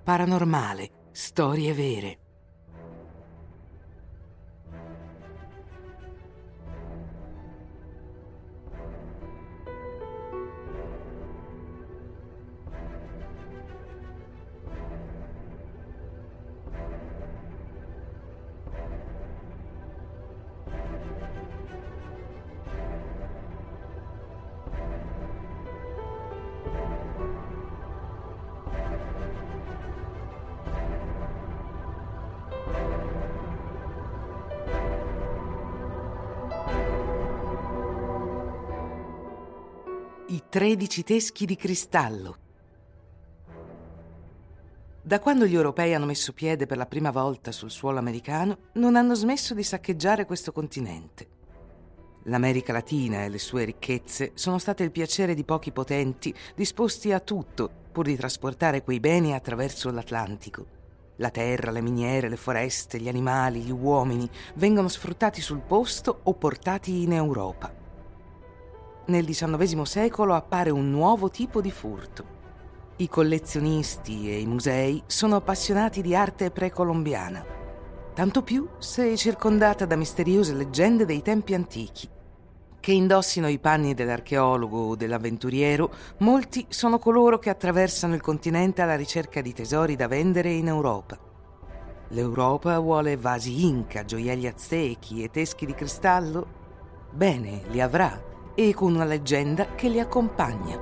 paranormale, storie vere. I 13 teschi di cristallo. Da quando gli europei hanno messo piede per la prima volta sul suolo americano, non hanno smesso di saccheggiare questo continente. L'America Latina e le sue ricchezze sono state il piacere di pochi potenti disposti a tutto pur di trasportare quei beni attraverso l'Atlantico. La terra, le miniere, le foreste, gli animali, gli uomini vengono sfruttati sul posto o portati in Europa. Nel XIX secolo appare un nuovo tipo di furto. I collezionisti e i musei sono appassionati di arte precolombiana, tanto più se circondata da misteriose leggende dei tempi antichi. Che indossino i panni dell'archeologo o dell'avventuriero, molti sono coloro che attraversano il continente alla ricerca di tesori da vendere in Europa. L'Europa vuole vasi inca, gioielli aztechi e teschi di cristallo? Bene, li avrà, e con una leggenda che li accompagna.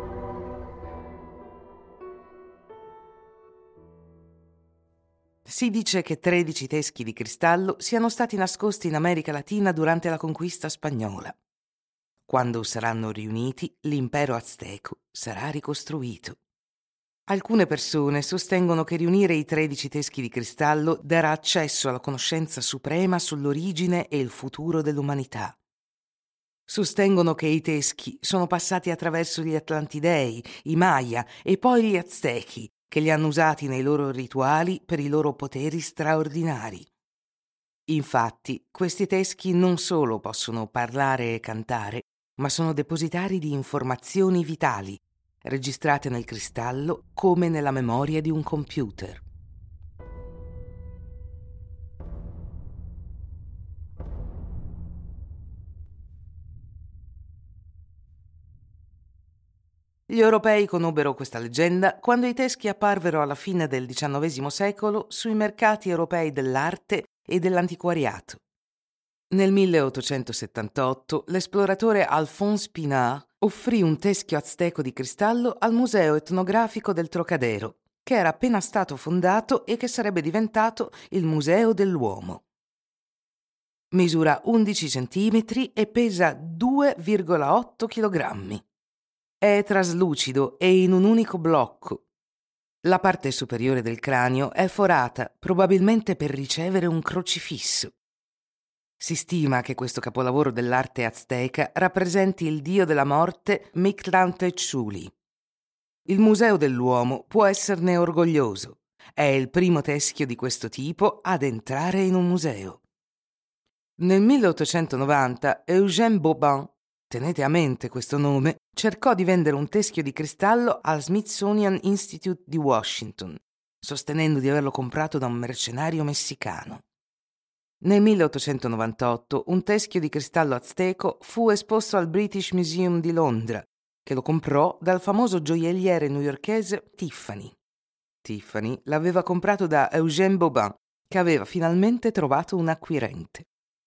Si dice che 13 teschi di cristallo siano stati nascosti in America Latina durante la conquista spagnola. Quando saranno riuniti, l'impero azteco sarà ricostruito. Alcune persone sostengono che riunire i 13 teschi di cristallo darà accesso alla conoscenza suprema sull'origine e il futuro dell'umanità. Sostengono che i teschi sono passati attraverso gli Atlantidei, i Maya e poi gli Aztechi, che li hanno usati nei loro rituali per i loro poteri straordinari. Infatti, questi teschi non solo possono parlare e cantare, ma sono depositari di informazioni vitali, registrate nel cristallo come nella memoria di un computer. Gli europei conobbero questa leggenda quando i teschi apparvero alla fine del XIX secolo sui mercati europei dell'arte e dell'antiquariato. Nel 1878 l'esploratore Alphonse Pinard offrì un teschio azteco di cristallo al Museo etnografico del Trocadero, che era appena stato fondato e che sarebbe diventato il Museo dell'Uomo. Misura 11 centimetri e pesa 2,8 kg. È traslucido e in un unico blocco. La parte superiore del cranio è forata, probabilmente per ricevere un crocifisso. Si stima che questo capolavoro dell'arte azteca rappresenti il dio della morte Mictlantecutli. Il Museo dell'Uomo può esserne orgoglioso. È il primo teschio di questo tipo ad entrare in un museo. Nel 1890 Eugène Boban, tenete a mente questo nome, cercò di vendere un teschio di cristallo al Smithsonian Institute di Washington, sostenendo di averlo comprato da un mercenario messicano. Nel 1898 un teschio di cristallo azteco fu esposto al British Museum di Londra, che lo comprò dal famoso gioielliere newyorkese Tiffany. Tiffany l'aveva comprato da Eugène Boban, che aveva finalmente trovato un acquirente.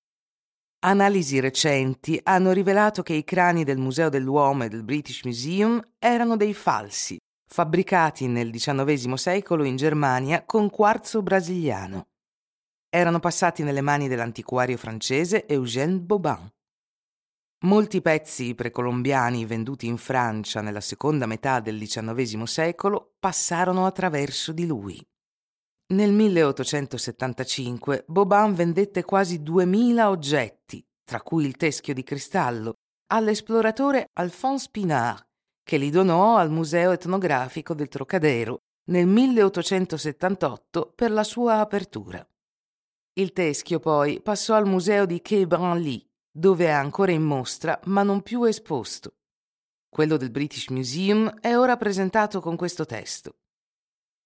Analisi recenti hanno rivelato che i crani del Museo dell'Uomo e del British Museum erano dei falsi, fabbricati nel XIX secolo in Germania con quarzo brasiliano. Erano passati nelle mani dell'antiquario francese Eugène Boban. Molti pezzi precolombiani venduti in Francia nella seconda metà del XIX secolo passarono attraverso di lui. Nel 1875 Boban vendette quasi 2000 oggetti, tra cui il teschio di cristallo, all'esploratore Alphonse Pinard, che li donò al Museo etnografico del Trocadero nel 1878 per la sua apertura. Il teschio poi passò al museo di Quai Branly, dove è ancora in mostra ma non più esposto. Quello del British Museum è ora presentato con questo testo.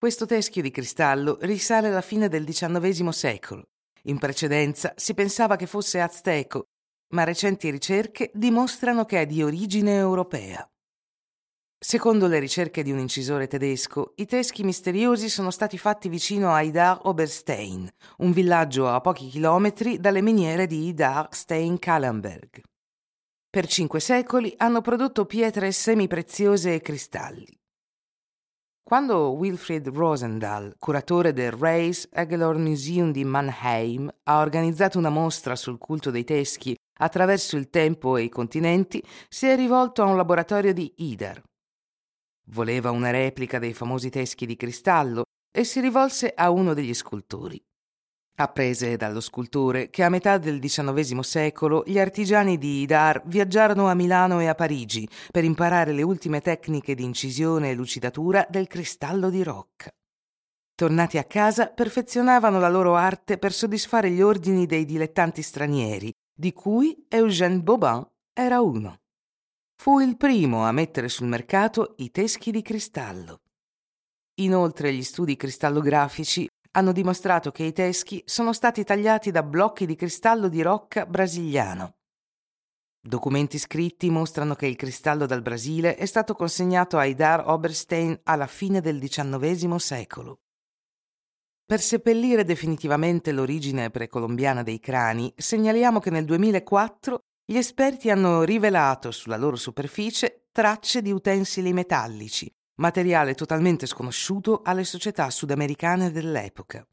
Questo teschio di cristallo risale alla fine del XIX secolo. In precedenza si pensava che fosse azteco, ma recenti ricerche dimostrano che è di origine europea. Secondo le ricerche di un incisore tedesco, i teschi misteriosi sono stati fatti vicino a Idar Oberstein, un villaggio a pochi chilometri dalle miniere di Idar-Steinkallenberg. Per 5 secoli hanno prodotto pietre semipreziose e cristalli. Quando Wilfried Rosendahl, curatore del Reichs-Egelord Museum di Mannheim, ha organizzato una mostra sul culto dei teschi attraverso il tempo e i continenti, si è rivolto a un laboratorio di Idar. Voleva una replica dei famosi teschi di cristallo e si rivolse a uno degli scultori. Apprese dallo scultore che a metà del XIX secolo gli artigiani di Idar viaggiarono a Milano e a Parigi per imparare le ultime tecniche di incisione e lucidatura del cristallo di rocca. Tornati a casa, perfezionavano la loro arte per soddisfare gli ordini dei dilettanti stranieri, di cui Eugène Bobin era uno. Fu il primo a mettere sul mercato i teschi di cristallo. Inoltre, gli studi cristallografici hanno dimostrato che i teschi sono stati tagliati da blocchi di cristallo di rocca brasiliano. Documenti scritti mostrano che il cristallo dal Brasile è stato consegnato a Idar Oberstein alla fine del XIX secolo. Per seppellire definitivamente l'origine precolombiana dei crani, segnaliamo che nel 2004 gli esperti hanno rivelato sulla loro superficie tracce di utensili metallici, materiale totalmente sconosciuto alle società sudamericane dell'epoca.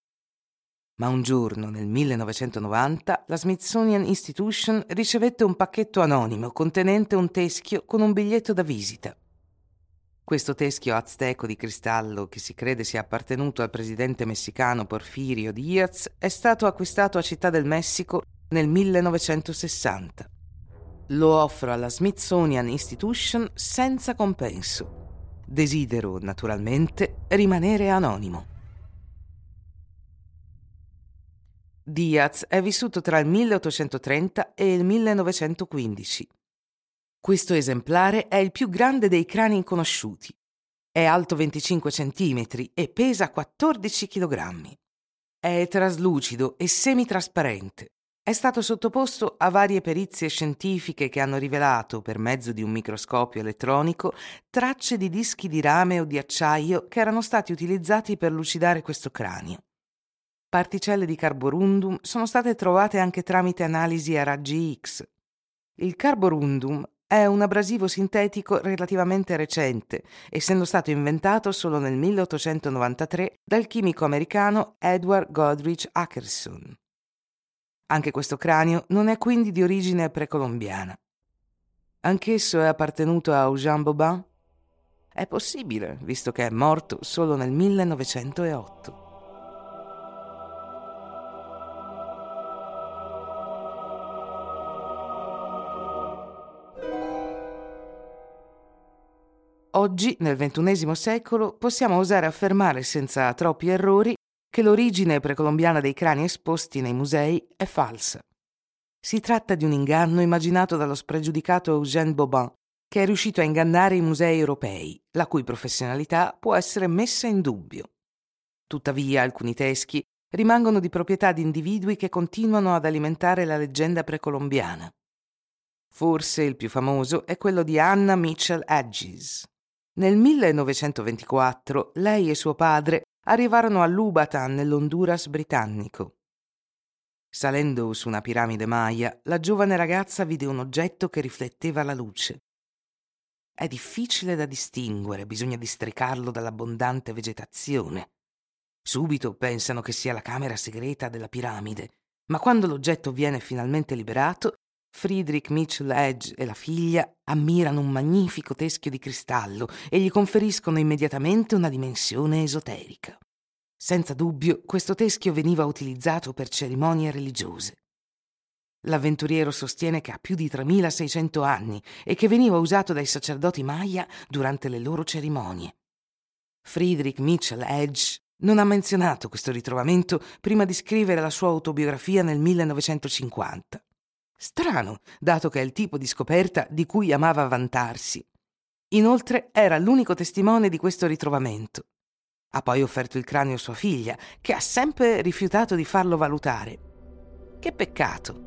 Ma un giorno, nel 1990, la Smithsonian Institution ricevette un pacchetto anonimo contenente un teschio con un biglietto da visita. Questo teschio azteco di cristallo, che si crede sia appartenuto al presidente messicano Porfirio Díaz, è stato acquistato a Città del Messico nel 1960. Lo offro alla Smithsonian Institution senza compenso. Desidero, naturalmente, rimanere anonimo. Díaz è vissuto tra il 1830 e il 1915. Questo esemplare è il più grande dei crani conosciuti. È alto 25 cm e pesa 14 kg. È traslucido e semitrasparente. È stato sottoposto a varie perizie scientifiche che hanno rivelato, per mezzo di un microscopio elettronico, tracce di dischi di rame o di acciaio che erano stati utilizzati per lucidare questo cranio. Particelle di carborundum sono state trovate anche tramite analisi a raggi X. Il carborundum è un abrasivo sintetico relativamente recente, essendo stato inventato solo nel 1893 dal chimico americano Edward Goodrich Ackerson. Anche questo cranio non è quindi di origine precolombiana. Anch'esso è appartenuto a Eugène Bobin? È possibile, visto che è morto solo nel 1908. Oggi, nel XXI secolo, possiamo osare affermare senza troppi errori che l'origine precolombiana dei crani esposti nei musei è falsa. Si tratta di un inganno immaginato dallo spregiudicato Eugène Bobin, che è riuscito a ingannare i musei europei, la cui professionalità può essere messa in dubbio. Tuttavia, alcuni teschi rimangono di proprietà di individui che continuano ad alimentare la leggenda precolombiana. Forse il più famoso è quello di Anna Mitchell Hedges. Nel 1924 lei e suo padre arrivarono a Lubatan, nell'Honduras britannico. Salendo su una piramide maya, la giovane ragazza vide un oggetto che rifletteva la luce. È difficile da distinguere, bisogna districarlo dall'abbondante vegetazione. Subito pensano che sia la camera segreta della piramide, ma quando l'oggetto viene finalmente liberato, Friedrich Mitchell Hedges e la figlia ammirano un magnifico teschio di cristallo e gli conferiscono immediatamente una dimensione esoterica. Senza dubbio, questo teschio veniva utilizzato per cerimonie religiose. L'avventuriero sostiene che ha più di 3600 anni e che veniva usato dai sacerdoti Maya durante le loro cerimonie. Friedrich Mitchell Hedges non ha menzionato questo ritrovamento prima di scrivere la sua autobiografia nel 1950. Strano, dato che è il tipo di scoperta di cui amava vantarsi. Inoltre era l'unico testimone di questo ritrovamento. Ha poi offerto il cranio a sua figlia, che ha sempre rifiutato di farlo valutare. Che peccato!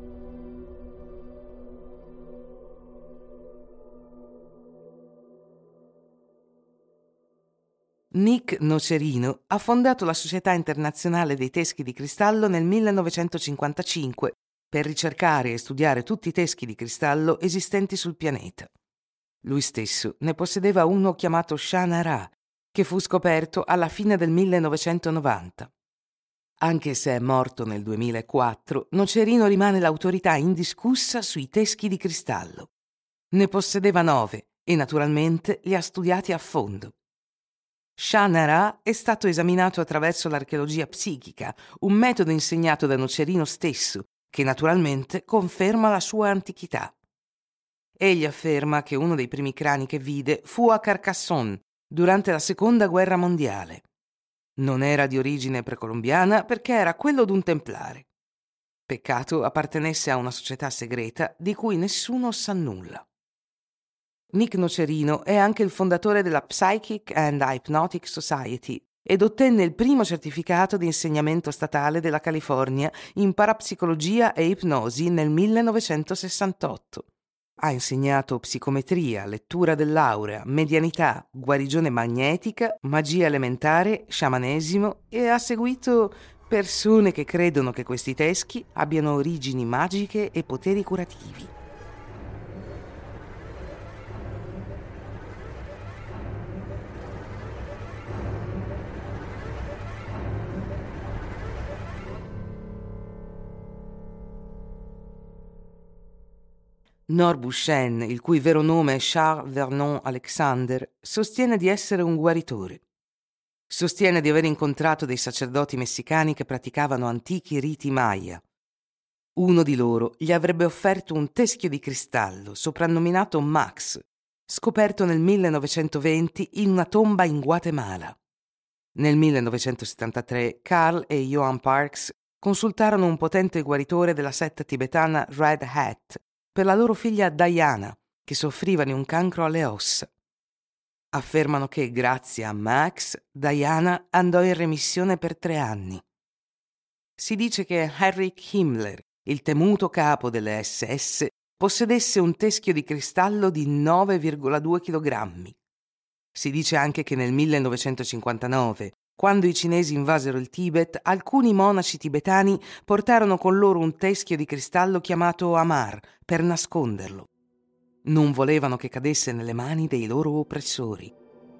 Nick Nocerino ha fondato la Società Internazionale dei Teschi di Cristallo nel 1955 per ricercare e studiare tutti i teschi di cristallo esistenti sul pianeta. Lui stesso ne possedeva uno chiamato Shah-Nara, che fu scoperto alla fine del 1990. Anche se è morto nel 2004, Nocerino rimane l'autorità indiscussa sui teschi di cristallo. Ne possedeva 9 e naturalmente li ha studiati a fondo. Shah-Nara è stato esaminato attraverso l'archeologia psichica, un metodo insegnato da Nocerino stesso, che naturalmente conferma la sua antichità. Egli afferma che uno dei primi crani che vide fu a Carcassonne, durante la Seconda Guerra Mondiale. Non era di origine precolombiana perché era quello d'un templare. Peccato appartenesse a una società segreta di cui nessuno sa nulla. Nick Nocerino è anche il fondatore della Psychic and Hypnotic Society ed ottenne il primo certificato di insegnamento statale della California in parapsicologia e ipnosi nel 1968. Ha insegnato psicometria, lettura dell'aura, medianità, guarigione magnetica, magia elementare, sciamanesimo e ha seguito persone che credono che questi teschi abbiano origini magiche e poteri curativi. Norbushen, il cui vero nome è Charles Vernon Alexander, sostiene di essere un guaritore. Sostiene di aver incontrato dei sacerdoti messicani che praticavano antichi riti Maya. Uno di loro gli avrebbe offerto un teschio di cristallo soprannominato Max, scoperto nel 1920 in una tomba in Guatemala. Nel 1973 Carl e Johan Parks consultarono un potente guaritore della setta tibetana Red Hat per la loro figlia Diana, che soffriva di un cancro alle ossa. Affermano che, grazie a Max, Diana andò in remissione per 3 anni. Si dice che Heinrich Himmler, il temuto capo delle SS, possedesse un teschio di cristallo di 9,2 kg. Si dice anche che nel 1959, quando i cinesi invasero il Tibet, alcuni monaci tibetani portarono con loro un teschio di cristallo chiamato Amar per nasconderlo. Non volevano che cadesse nelle mani dei loro oppressori.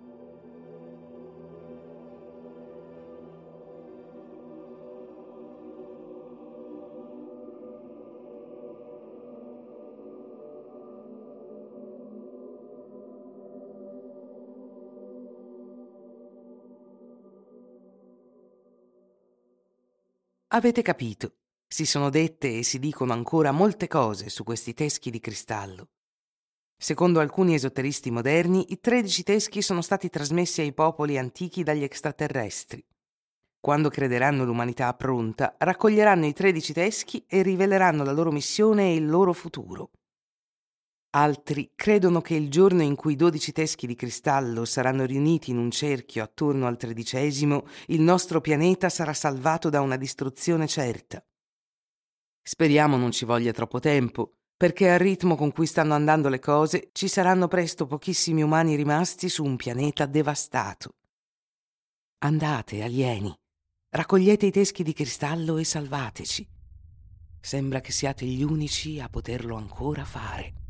Avete capito? Si sono dette e si dicono ancora molte cose su questi teschi di cristallo. Secondo alcuni esoteristi moderni, i 13 teschi sono stati trasmessi ai popoli antichi dagli extraterrestri. Quando crederanno l'umanità pronta, raccoglieranno i 13 teschi e riveleranno la loro missione e il loro futuro. Altri credono che il giorno in cui i 12 teschi di cristallo saranno riuniti in un cerchio attorno al 13°, il nostro pianeta sarà salvato da una distruzione certa. Speriamo non ci voglia troppo tempo, perché al ritmo con cui stanno andando le cose ci saranno presto pochissimi umani rimasti su un pianeta devastato. Andate, alieni, raccogliete i teschi di cristallo e salvateci. Sembra che siate gli unici a poterlo ancora fare.